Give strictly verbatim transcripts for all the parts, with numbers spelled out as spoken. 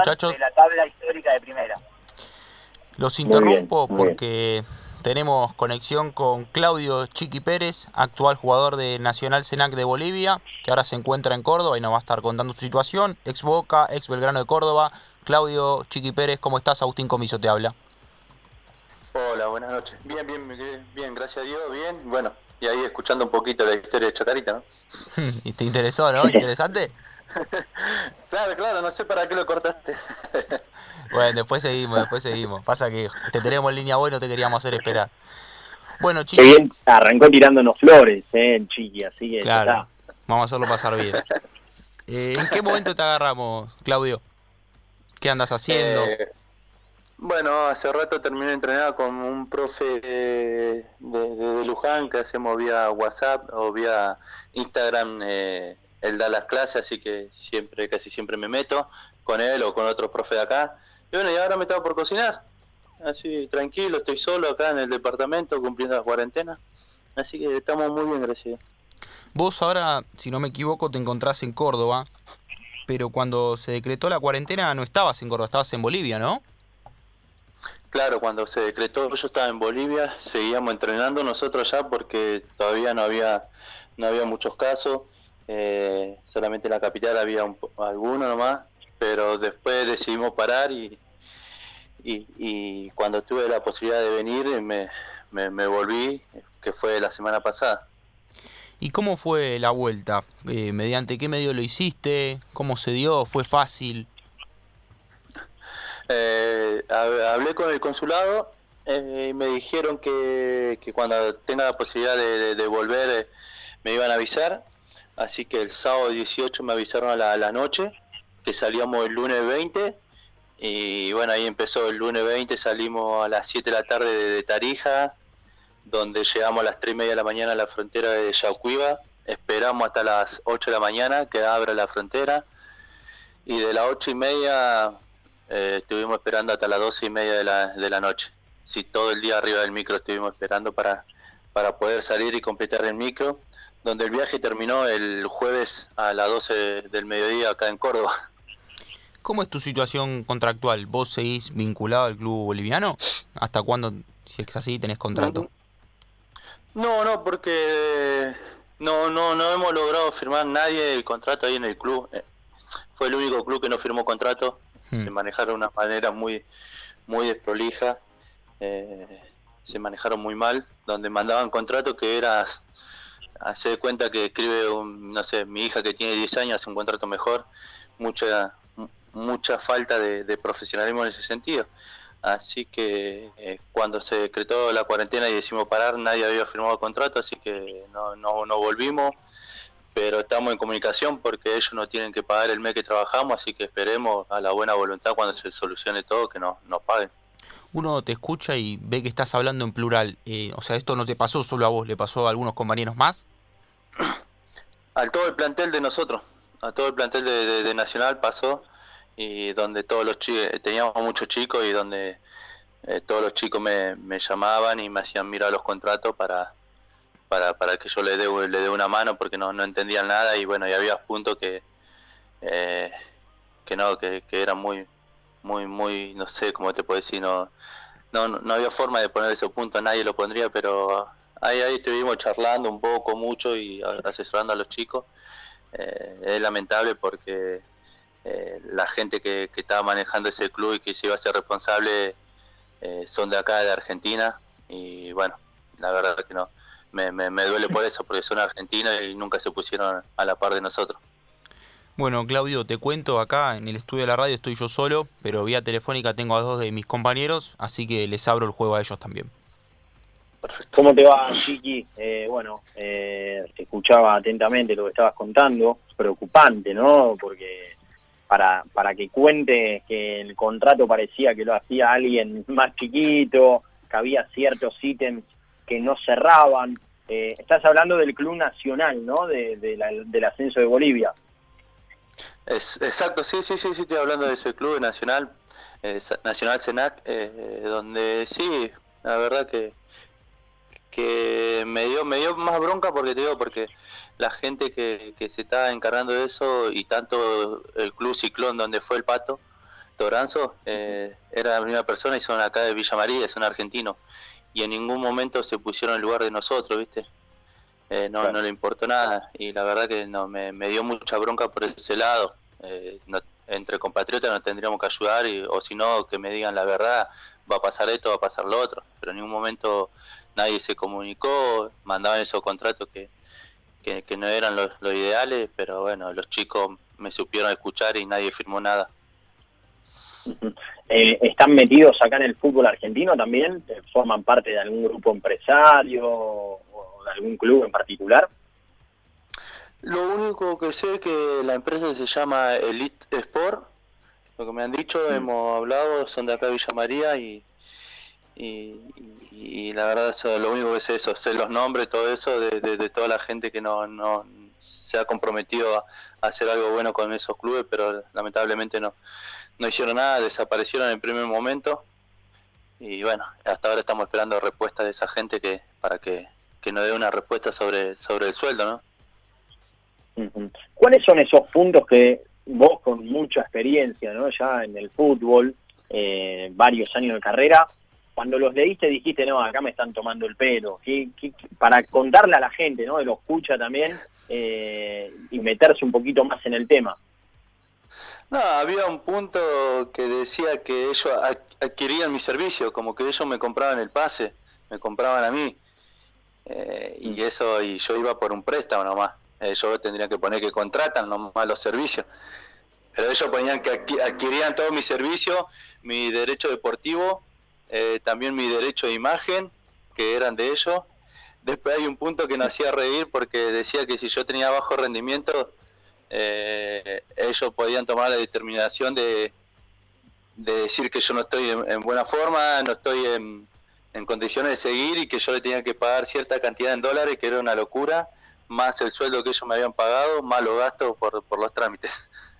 Muchachos, de la tabla histórica de primera. los Muy bien, interrumpo muy bien. porque tenemos conexión con Claudio Chiqui Pérez, actual jugador de Nacional Senac de Bolivia, que ahora se encuentra en Córdoba y nos va a estar contando su situación. Ex Boca, ex Belgrano de Córdoba. Claudio Chiqui Pérez, ¿cómo estás? Agustín Comiso te habla. Hola, buenas noches. Bien, bien, bien, gracias a Dios, bien. Bueno, y ahí escuchando un poquito la historia de Chacarita, ¿no? ¿Y te interesó, no? ¿Interesante? Claro, claro, no sé para qué lo cortaste. Bueno, después seguimos, después seguimos. Pasa que te tenemos en línea buena y no te queríamos hacer esperar. Bueno, Qué Chiqui. bien, arrancó tirándonos flores, eh, el Chiqui, así que ya Claro, está. vamos a hacerlo pasar bien. Eh, ¿En qué momento te agarramos, Claudio? ¿Qué andas haciendo? Eh, bueno, hace rato terminé entrenado con un profe de, de, de Luján que hacemos vía WhatsApp o vía Instagram. Eh, él da las clases, así que siempre, casi siempre me meto con él o con otros profes de acá. Y bueno, y ahora me estaba por cocinar. Así, tranquilo, estoy solo acá en el departamento cumpliendo la cuarentena. Así que estamos muy bien, gracias. Vos ahora, si no me equivoco, te encontrás en Córdoba, pero cuando se decretó la cuarentena no estabas en Córdoba, estabas en Bolivia, ¿no? Claro, cuando se decretó, yo estaba en Bolivia, seguíamos entrenando nosotros ya porque todavía no había no había muchos casos, eh, solamente en la capital había un, alguno nomás, pero después decidimos parar y, y, y cuando tuve la posibilidad de venir me, me, me volví, que fue la semana pasada. ¿Y cómo fue la vuelta? Eh, ¿Mediante qué medio lo hiciste? ¿Cómo se dio? ¿Fue fácil? Eh, hablé con el consulado eh, y me dijeron que, que cuando tenga la posibilidad de, de, de volver eh, me iban a avisar, así que el sábado dieciocho me avisaron a la, a la noche, que salíamos el lunes veinte, y bueno, ahí empezó el lunes veinte, salimos a las siete de la tarde de, de Tarija, donde llegamos a las tres y media de la mañana a la frontera de Yacuiba, esperamos hasta las ocho de la mañana que abra la frontera, y de las ocho y media eh, estuvimos esperando hasta las doce y media de la, de la noche. Sí, todo el día arriba del micro estuvimos esperando para, para poder salir y completar el micro, donde el viaje terminó el jueves a las doce del mediodía acá en Córdoba. ¿Cómo es tu situación contractual? ¿Vos seguís vinculado al club boliviano? ¿Hasta cuándo, si es así, tenés contrato? No, no, porque no, no, no hemos logrado firmar nadie el contrato ahí en el club. Fue el único club que no firmó contrato. Hmm. Se manejaron de una manera muy, muy desprolija. Eh, se manejaron muy mal, donde mandaban contrato que era hacer cuenta que escribe un, no sé, mi hija que tiene diez años hace un contrato mejor. Mucha, mucha falta de, de profesionalismo en ese sentido. Así que eh, cuando se decretó la cuarentena y decidimos parar, nadie había firmado contrato, así que no, no, no volvimos, pero estamos en comunicación porque ellos no tienen que pagar el mes que trabajamos, así que esperemos a la buena voluntad cuando se solucione todo que nos, nos paguen. Uno te escucha y ve que estás hablando en plural, eh, o sea, esto no te pasó solo a vos, ¿le pasó a algunos compañeros más? Al todo el plantel de nosotros, a todo el plantel de, de, de Nacional pasó, y donde todos los chicos, teníamos muchos chicos y donde eh, todos los chicos me, me llamaban y me hacían mirar los contratos para para, para que yo le dé le dé una mano porque no, no entendían nada, y bueno, y había puntos que eh, que no, que, que eran muy, muy, muy, no sé cómo te puedo decir, no, no, no había forma de poner ese punto, nadie lo pondría, pero ahí, ahí estuvimos charlando un poco, mucho y asesorando a los chicos. Eh, es lamentable porque eh, la gente que, que estaba manejando ese club y que se iba a ser responsable eh, son de acá, de Argentina, y bueno, la verdad que no, me, me, me duele por eso, porque son argentinos y nunca se pusieron a la par de nosotros. Bueno, Claudio, te cuento, acá en el estudio de la radio estoy yo solo, pero vía telefónica tengo a dos de mis compañeros, así que les abro el juego a ellos también. Perfecto. ¿Cómo te va, Chiqui? Eh, bueno, eh, te escuchaba atentamente lo que estabas contando, preocupante, ¿no? Porque para, para que cuentes que el contrato parecía que lo hacía alguien más chiquito, que había ciertos ítems que no cerraban. Eh, estás hablando del Club Nacional, ¿no? De, de la, del ascenso de Bolivia. Es, exacto, sí, sí, sí, sí, estoy hablando de ese club nacional, eh, Nacional Senac, eh, donde sí, la verdad que que me dio me dio más bronca porque te digo, porque la gente que, que se está encargando de eso, y tanto el Club Ciclón donde fue el Pato, Toranzo, eh, era la misma persona y son acá de Villa María, es un argentino. Y en ningún momento se pusieron en lugar de nosotros, ¿viste? Eh, no, claro. no le importó nada. Y la verdad que no me, me dio mucha bronca por ese lado. Eh, no, entre compatriotas nos tendríamos que ayudar, y, o si no, que me digan la verdad, va a pasar esto, va a pasar lo otro. Pero en ningún momento nadie se comunicó, mandaban esos contratos que, que, que no eran los, los ideales, pero bueno, los chicos me supieron escuchar y nadie firmó nada. Eh, ¿Están metidos acá en el fútbol argentino también? ¿Forman parte de algún grupo empresario o de algún club en particular? Lo único que sé es que la empresa se llama Elite Sport. Lo que me han dicho, mm. hemos hablado, son de acá de Villa María y, y, y, y la verdad eso, lo único que sé es eso, sé los nombres, todo eso, de, de, de toda la gente que no, no se ha comprometido a, a hacer algo bueno con esos clubes, pero lamentablemente no. No hicieron nada, desaparecieron en el primer momento y bueno, hasta ahora estamos esperando respuesta de esa gente que para que, que nos dé una respuesta sobre, sobre el sueldo, ¿no? Uh-huh. ¿Cuáles son esos puntos que vos, con mucha experiencia, ¿no?, ya en el fútbol, eh, varios años de carrera, cuando los leíste dijiste, no, acá me están tomando el pelo? ¿Qué, qué, para contarle a la gente, ¿no?, que lo escucha también, eh, y meterse un poquito más en el tema. No, había un punto que decía que ellos adquirían mi servicio, como que ellos me compraban el pase, me compraban a mí, eh, y eso, y yo iba por un préstamo nomás. Ellos tendrían que poner que contratan nomás los servicios, pero ellos ponían que adquirían todo mi servicio, mi derecho deportivo, eh, también mi derecho de imagen, que eran de ellos. Después hay un punto que nos hacía reír porque decía que si yo tenía bajo rendimiento, Eh, ellos podían tomar la determinación de, de decir que yo no estoy en, en buena forma, no estoy en, en condiciones de seguir y que yo le tenía que pagar cierta cantidad en dólares, que era una locura, más el sueldo que ellos me habían pagado, más los gastos por, por los trámites.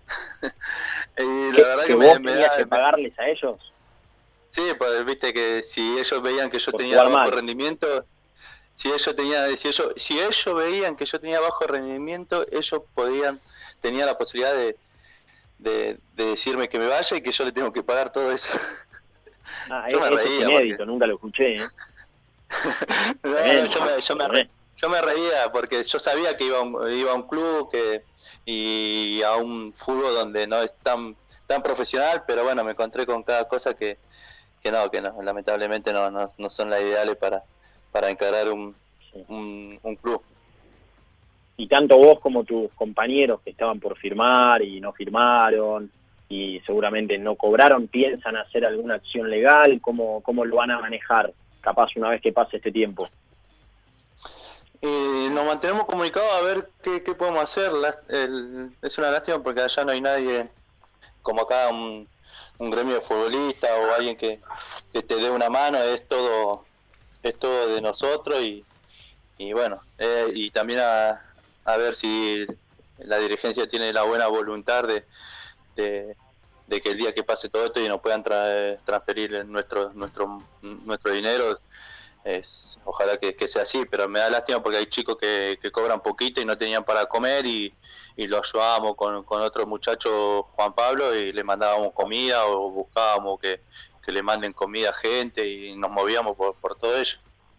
Y la verdad que, que me, vos me tenías da, que pagarles a ellos. Sí, pues viste que si ellos veían que yo por tenía bajo mal. rendimiento, si ellos tenían, si ellos, si ellos veían que yo tenía bajo rendimiento, ellos podían tenía la posibilidad de, de, de decirme que me vaya y que yo le tengo que pagar todo eso. Ah, yo, me reía, es inédito, porque... nunca lo escuché, ¿eh? no, no, yo, me, yo, me re, yo me reía porque yo sabía que iba a un, iba a un club que y a un fútbol donde no es tan tan profesional, pero bueno, me encontré con cada cosa que, que no, que no, lamentablemente no, no, no son las ideales para, para encarar un, sí. un, un club. Y tanto vos como tus compañeros que estaban por firmar y no firmaron y seguramente no cobraron, ¿piensan hacer alguna acción legal? ¿Cómo, cómo lo van a manejar, capaz, una vez que pase este tiempo? Eh, nos mantenemos comunicados a ver qué, qué podemos hacer. La, el, es una lástima porque allá no hay nadie como acá, un, un gremio de futbolistas o alguien que, que te dé una mano. Es todo, es todo de nosotros y, y bueno, eh, y también a a ver si la dirigencia tiene la buena voluntad de, de, de que el día que pase todo esto y nos puedan tra transferir nuestro nuestro nuestro dinero, es, ojalá que, que sea así, pero me da lástima porque hay chicos que, que cobran poquito y no tenían para comer y, y lo ayudábamos con, con otro muchacho, Juan Pablo, y le mandábamos comida o buscábamos que, que le manden comida a gente y nos movíamos por, por todo ello.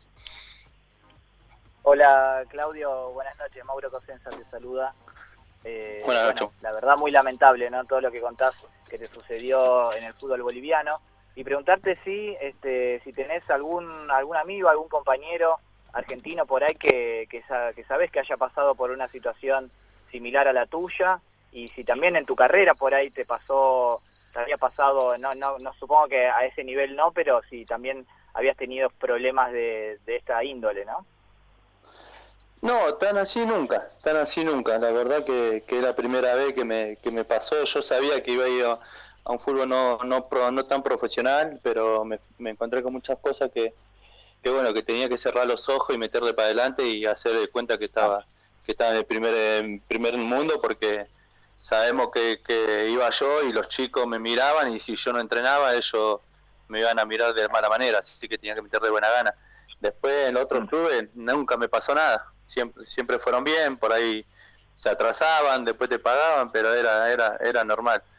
Hola Claudio, buenas noches, Mauro Cosenza te saluda. Eh, buenas noches. Bueno, la verdad muy lamentable, ¿no?, todo lo que contás que te sucedió en el fútbol boliviano, y preguntarte si este si tenés algún algún amigo, algún compañero argentino por ahí que, que, que sabés que haya pasado por una situación similar a la tuya, y si también en tu carrera por ahí te pasó, te había pasado, no no no supongo que a ese nivel no, pero si también habías tenido problemas de, de esta índole, ¿no? No, tan así nunca, tan así nunca. La verdad que, que es la primera vez que me, que me pasó. Yo sabía que iba a ir a, a un fútbol no, no, pro, no tan profesional, pero me, me encontré con muchas cosas que, que bueno, que tenía que cerrar los ojos y meterle para adelante y hacer de cuenta que estaba, que estaba en el primer, en primer mundo, porque sabemos que, que iba yo y los chicos me miraban y si yo no entrenaba ellos me iban a mirar de mala manera, así que tenía que meter de buena gana. Después en otros clubes nunca me pasó nada, siempre siempre fueron bien, por ahí se atrasaban, después te pagaban, pero era era era normal.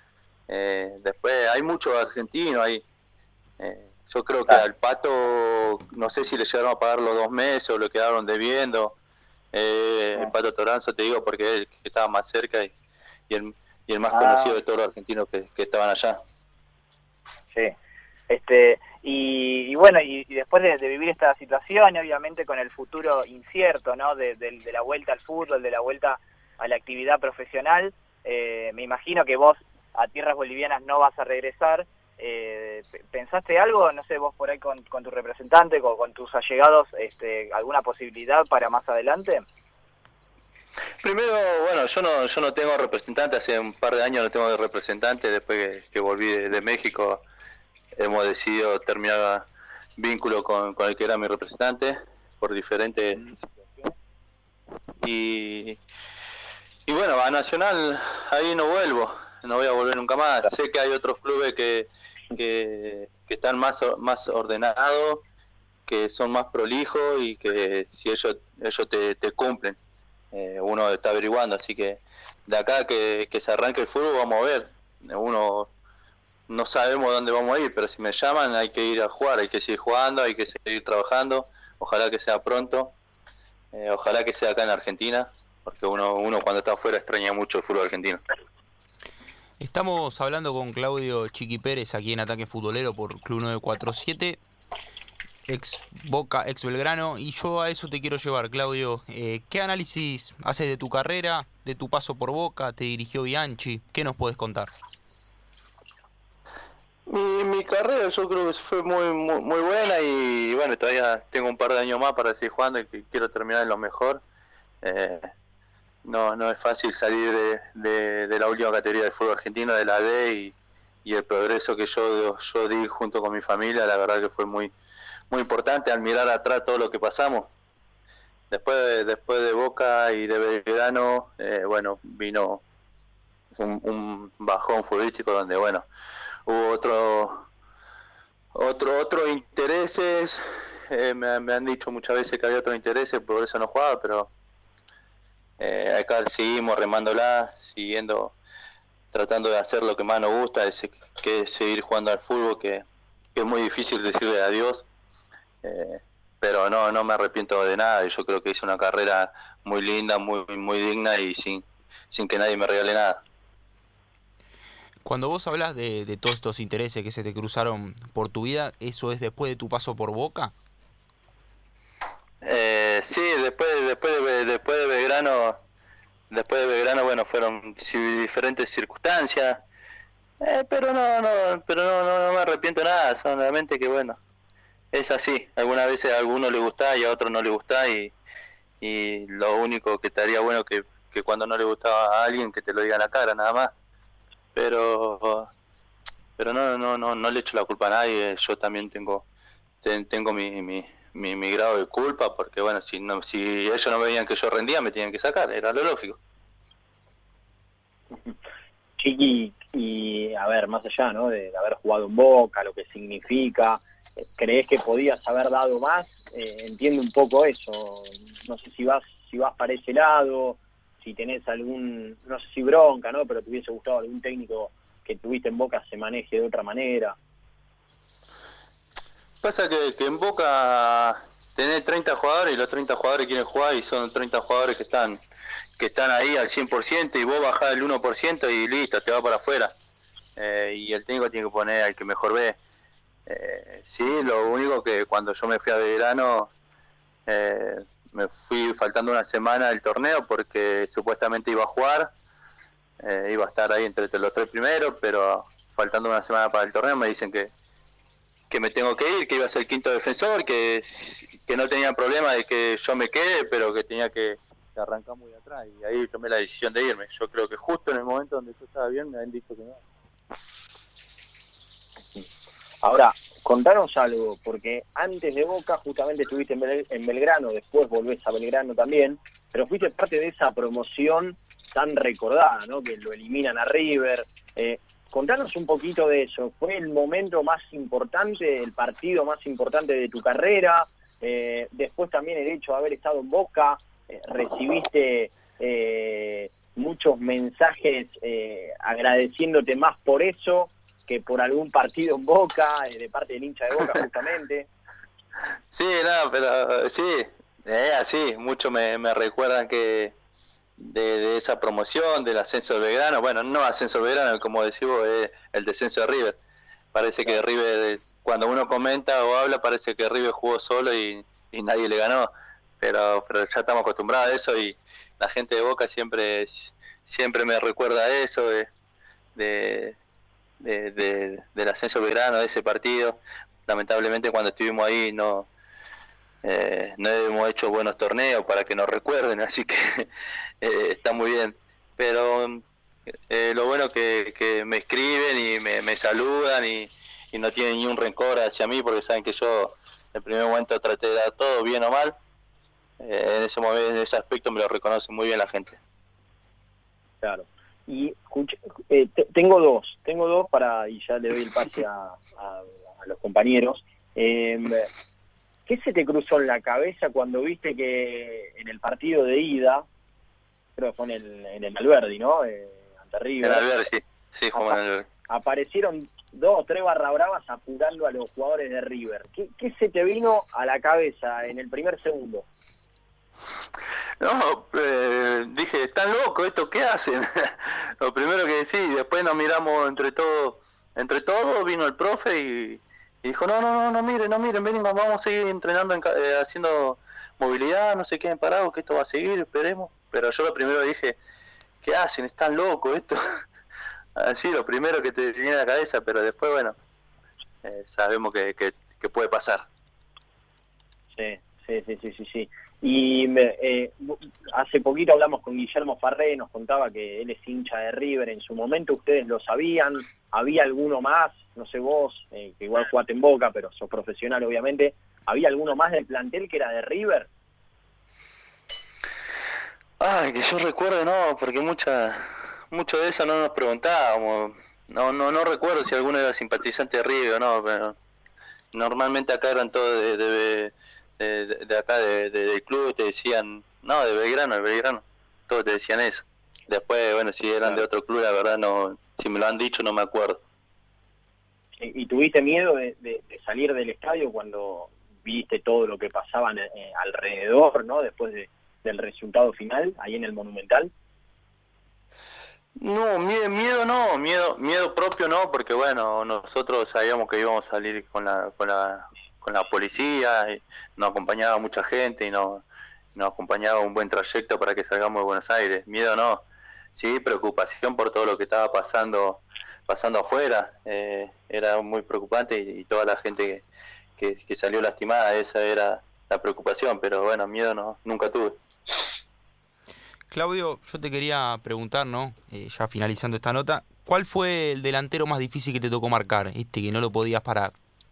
Eh, después hay muchos argentinos, hay, eh, yo creo que al Pato, no sé si le llegaron a pagar los dos meses o lo quedaron debiendo. Eh, el Pato Toranzo, te digo, porque es el que estaba más cerca y, y, el, y el más ah. conocido de todos los argentinos que, que estaban allá. Sí, este, y, y bueno, y, y después de, de vivir esta situación, obviamente con el futuro incierto, ¿no? De, de, de la vuelta al fútbol, de la vuelta a la actividad profesional, eh, me imagino que vos a tierras bolivianas no vas a regresar. Eh, ¿Pensaste algo, no sé, vos por ahí con, con tu representante, con, con tus allegados, este, alguna posibilidad para más adelante? Primero, bueno, yo no yo no tengo representante, hace un par de años no tengo representante, después que, que volví de, de México hemos decidido terminar vínculo con, con el que era mi representante por diferentes mm. situaciones. Y, y bueno, a Nacional ahí no vuelvo, no voy a volver nunca más. Sé que hay otros clubes que, que, que están más, más ordenados, que son más prolijos y que si ellos, ellos te, te cumplen. Eh, uno está averiguando, así que de acá que, que se arranque el fútbol vamos a ver. Uno no sabemos dónde vamos a ir, pero si me llaman hay que ir a jugar, hay que seguir jugando, hay que seguir trabajando, ojalá que sea pronto, eh, ojalá que sea acá en Argentina, porque uno, uno cuando está afuera extraña mucho el fútbol argentino. Estamos hablando con Claudio Chiqui Pérez aquí en Ataque Futbolero por Club nueve cuatro siete, ex Boca, ex Belgrano, y yo a eso te quiero llevar, Claudio. Eh, ¿Qué análisis haces de tu carrera, de tu paso por Boca? ¿Te dirigió Bianchi? ¿Qué nos puedes contar? Mi, mi carrera yo creo que fue muy, muy muy buena y bueno, todavía tengo un par de años más para seguir jugando y que quiero terminar en lo mejor. Eh, no no es fácil salir de, de, de la última categoría del fútbol argentino, de la D, y, y el progreso que yo, yo di junto con mi familia, la verdad que fue muy muy importante al mirar atrás todo lo que pasamos. Después de, después de Boca y de Belgrano, eh, bueno, vino un, un bajón futbolístico donde, bueno, hubo otro otro otro intereses, eh, me, me han dicho muchas veces que había otros intereses, por eso no jugaba, pero eh, acá seguimos remándola, siguiendo, tratando de hacer lo que más nos gusta, es, que es seguir jugando al fútbol, que, que es muy difícil decirle adiós, eh, pero no no me arrepiento de nada, y yo creo que hice una carrera muy linda, muy muy digna y sin sin que nadie me regale nada. Cuando vos hablas de, de todos estos intereses que se te cruzaron por tu vida, ¿eso es después de tu paso por Boca? Eh, sí, después después de, después de Belgrano, después de Belgrano, bueno, fueron diferentes circunstancias, eh, pero no no pero no, no no me arrepiento de nada, solamente que bueno, es así. Algunas veces a alguno le gusta y a otro no le gusta, y y lo único que estaría bueno que que cuando no le gustaba a alguien que te lo diga en la cara, nada más. Pero pero no no no no le echo la culpa a nadie. Yo también tengo ten, tengo mi, mi mi mi grado de culpa, porque bueno, si no si ellos no veían que yo rendía, me tenían que sacar, era lo lógico. Chiqui, y a ver, más allá, ¿no?, de, de haber jugado en Boca, lo que significa, ¿crees que podías haber dado más? Eh, entiendo un poco eso, no sé si vas si vas para ese lado, si tenés algún, no sé si bronca, ¿no?, pero te hubiese gustado algún técnico que tuviste en Boca se maneje de otra manera. Pasa que, que en Boca tenés treinta jugadores y los treinta jugadores quieren jugar y son treinta jugadores que están que están ahí al cien por ciento y vos bajás el uno por ciento y listo, te va para afuera. Eh, y el técnico tiene que poner al que mejor ve. Eh, sí, lo único que cuando yo me fui a Belgrano, eh, me fui faltando una semana del torneo porque supuestamente iba a jugar, eh, iba a estar ahí entre los tres primeros, pero faltando una semana para el torneo me dicen que que me tengo que ir, que iba a ser quinto defensor, que, que no tenía problema de que yo me quede, pero que tenía que, que arrancar muy atrás, y ahí tomé la decisión de irme. Yo creo que justo en el momento donde yo estaba bien me habían dicho que no. Ahora, contanos algo, porque antes de Boca justamente estuviste en, Bel- en Belgrano, después volvés a Belgrano también, pero fuiste parte de esa promoción tan recordada, ¿no?, que lo eliminan a River. Eh, contanos un poquito de eso. ¿Fue el momento más importante, el partido más importante de tu carrera? Eh, después también el hecho de haber estado en Boca, eh, recibiste eh, muchos mensajes eh, agradeciéndote más por eso que por algún partido en Boca, eh, de parte del hincha de Boca justamente. Sí, no, pero sí, es así, muchos me, me recuerdan que de, de esa promoción, del ascenso de Belgrano, bueno, no ascenso de Belgrano, como decimos, es el descenso de River. Parece que River, cuando uno comenta o habla, parece que River jugó solo y, y nadie le ganó, pero, pero ya estamos acostumbrados a eso y la gente de Boca siempre siempre me recuerda a eso, de, de, de, de, del ascenso de Belgrano, de ese partido. Lamentablemente cuando estuvimos ahí no eh, no hemos hecho buenos torneos para que nos recuerden, así que eh, está muy bien, pero eh, lo bueno que, que me escriben y me, me saludan y, y no tienen ni un rencor hacia mí porque saben que yo en el primer momento traté de dar todo bien o mal. Eh, en ese momento, en ese aspecto me lo reconoce muy bien la gente. Claro. Y escuche, eh, te, tengo dos, tengo dos para, y ya le doy el pase a, a, a los compañeros. Eh, ¿Qué se te cruzó en la cabeza cuando viste que en el partido de ida, creo que fue en el, en el Alberdi, ¿no? Eh, ante River. En Alberdi, sí, sí, como en Alberdi. Aparecieron dos o tres barra bravas apurando a los jugadores de River. ¿Qué, ¿Qué se te vino a la cabeza en el primer segundo? No, eh, dije, están locos, ¿esto qué hacen? Lo primero que sí, después nos miramos entre todos, entre todos vino el profe y, y dijo, no, no, no, no miren, no miren, ven, vamos a seguir entrenando, en, eh, haciendo movilidad, no se queden parados, que esto va a seguir, esperemos. Pero yo lo primero dije, ¿qué hacen? Están locos, esto. Así, lo primero que te viene a la cabeza, pero después, bueno, eh, sabemos que, que, que puede pasar. Sí, sí, sí, sí, sí, sí. Y eh, hace poquito hablamos con Guillermo Farré, nos contaba que él es hincha de River. En su momento ustedes lo sabían, había alguno más, no sé vos, eh, que igual jugaste en Boca, pero sos profesional obviamente, ¿había alguno más del plantel que era de River? Ay, que yo recuerdo, no, porque mucha, mucho de eso no nos preguntábamos. No, no, no recuerdo si alguno era simpatizante de River o no, pero normalmente acá eran todos de, de, de, de acá de, de, del club, te decían, no, de Belgrano, de Belgrano, todos te decían eso. Después, bueno, si eran claro. de otro club, la verdad, no, si me lo han dicho no me acuerdo. ¿Y, y tuviste miedo de, de, de salir del estadio cuando viste todo lo que pasaba eh, alrededor, ¿no? Después de, del resultado final, ahí en el Monumental. No, miedo, miedo no, miedo, miedo propio no, porque bueno, nosotros sabíamos que íbamos a salir con la, con la, con la policía, y nos acompañaba mucha gente y nos, nos acompañaba un buen trayecto para que salgamos de Buenos Aires. Miedo no, sí, preocupación por todo lo que estaba pasando, pasando afuera, eh, era muy preocupante y, y toda la gente que, que, que salió lastimada, esa era la preocupación, pero bueno, miedo no, nunca tuve. Claudio, yo te quería preguntar, ¿no? Eh, ya finalizando esta nota, ¿cuál fue el delantero más difícil que te tocó marcar, este que no lo podías parar?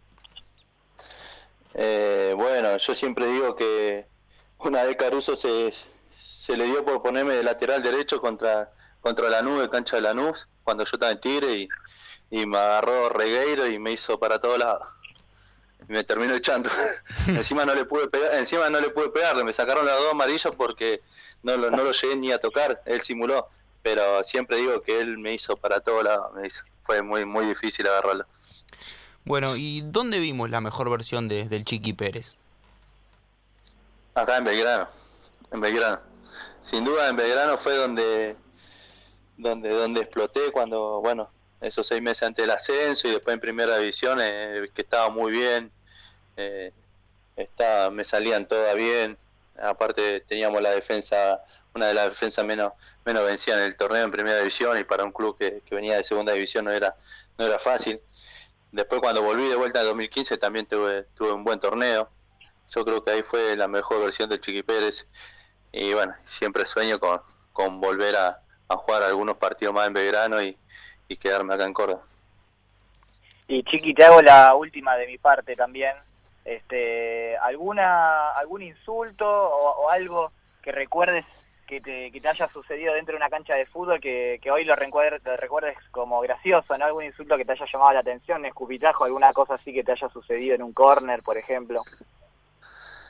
Eh, bueno, yo siempre digo que una vez Caruso se, se le dio por ponerme de lateral derecho contra contra Lanús, de cancha de Lanús, cuando yo estaba en Tigre, y, y me agarró Regueiro y me hizo para todos lados. Y me terminó echando. encima no le pude pegar, encima no le pude pegarle, me sacaron las dos amarillas porque no lo, no lo llegué ni a tocar, él simuló, pero siempre digo que él me hizo para todos lados, me hizo. Fue muy muy difícil agarrarlo. Bueno, ¿y dónde vimos la mejor versión de, del Chiqui Pérez? Acá en Belgrano, en Belgrano. Sin duda en Belgrano fue donde donde donde exploté cuando, bueno, esos seis meses antes del ascenso y después en primera división, eh, que estaba muy bien, eh, estaba, me salían todas bien, aparte teníamos la defensa, una de las defensas menos menos vencidas en el torneo en primera división, y para un club que, que venía de segunda división no era no era fácil. Después cuando volví de vuelta en dos mil quince también tuve tuve un buen torneo. Yo creo que ahí fue la mejor versión del Chiqui Pérez, y bueno, siempre sueño con, con volver a, a jugar algunos partidos más en Belgrano y, y quedarme acá en Córdoba. Y Chiqui, te hago la última de mi parte también. Este, alguna algún insulto o, o algo que recuerdes que te, que te haya sucedido dentro de una cancha de fútbol que, que hoy lo recuerdes, lo recuerdes como gracioso, ¿no? Algún insulto que te haya llamado la atención, escupitajo, alguna cosa así que te haya sucedido en un córner, por ejemplo.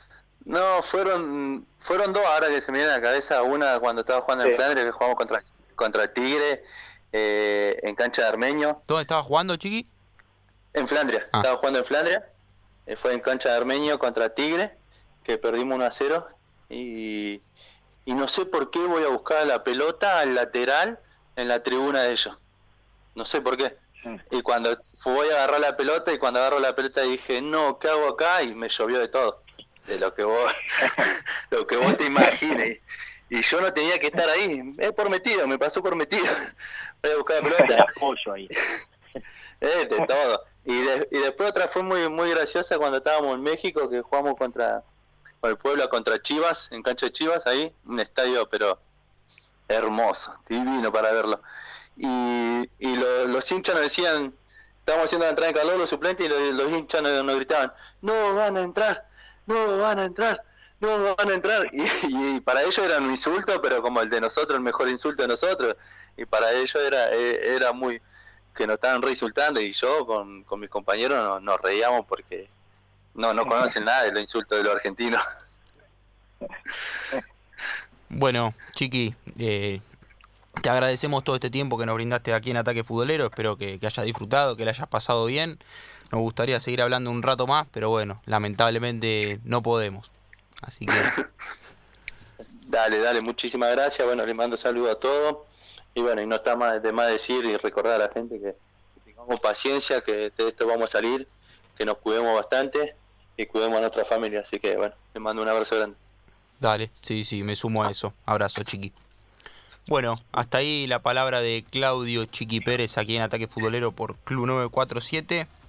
No, fueron fueron dos ahora que se me viene a la cabeza. Una cuando estaba jugando Sí. en Flandria, que jugamos contra, contra Tigre, eh, en cancha de Armenio. ¿Dónde estabas jugando, Chiqui? En Flandria, Ah. estaba jugando en Flandria. eh, fue en cancha de Armenio contra Tigre, que perdimos uno a cero. Y, y no sé por qué voy a buscar la pelota al lateral en la tribuna de ellos. No sé por qué. Mm. Y cuando voy a agarrar la pelota, y cuando agarro la pelota dije, no, ¿qué hago acá? Y me llovió de todo. De lo que vos, lo que vos te imagines. Y yo no tenía que estar ahí. Es por metido, me pasó por metido. Voy a buscar la El pelota. apoyo ahí. Eh, de todo. Y, de- y después otra fue muy muy graciosa cuando estábamos en México, que jugamos contra con el Puebla contra Chivas, en cancha de Chivas, ahí, un estadio pero hermoso, divino para verlo. Y, y lo- los hinchas nos decían, estábamos haciendo la entrada en calor, los suplentes, y los, los hinchas nos, nos gritaban, no van a entrar, no van a entrar, no van a entrar. Y, y para ellos era un insulto, pero como el de nosotros, el mejor insulto de nosotros. Y para ellos era eh, era muy que nos estaban reinsultando, y yo con, con mis compañeros nos, nos reíamos porque no no conocen nada de los insultos de los argentinos. Bueno, Chiqui, eh, te agradecemos todo este tiempo que nos brindaste aquí en Ataque Futbolero. Espero que, que hayas disfrutado, que le hayas pasado bien. Nos gustaría seguir hablando un rato más, pero bueno, lamentablemente no podemos. Así que Dale, dale, muchísimas gracias. Bueno, les mando saludos a todos. Y bueno, y no está más de más decir y recordar a la gente que, que tengamos paciencia, que de esto vamos a salir, que nos cuidemos bastante y cuidemos a nuestra familia. Así que bueno, les mando un abrazo grande. dale, sí, sí, me sumo a eso. Abrazo, Chiqui. Bueno, hasta ahí la palabra de Claudio Chiqui Pérez aquí en Ataque Futbolero por Club nueve cuatro siete.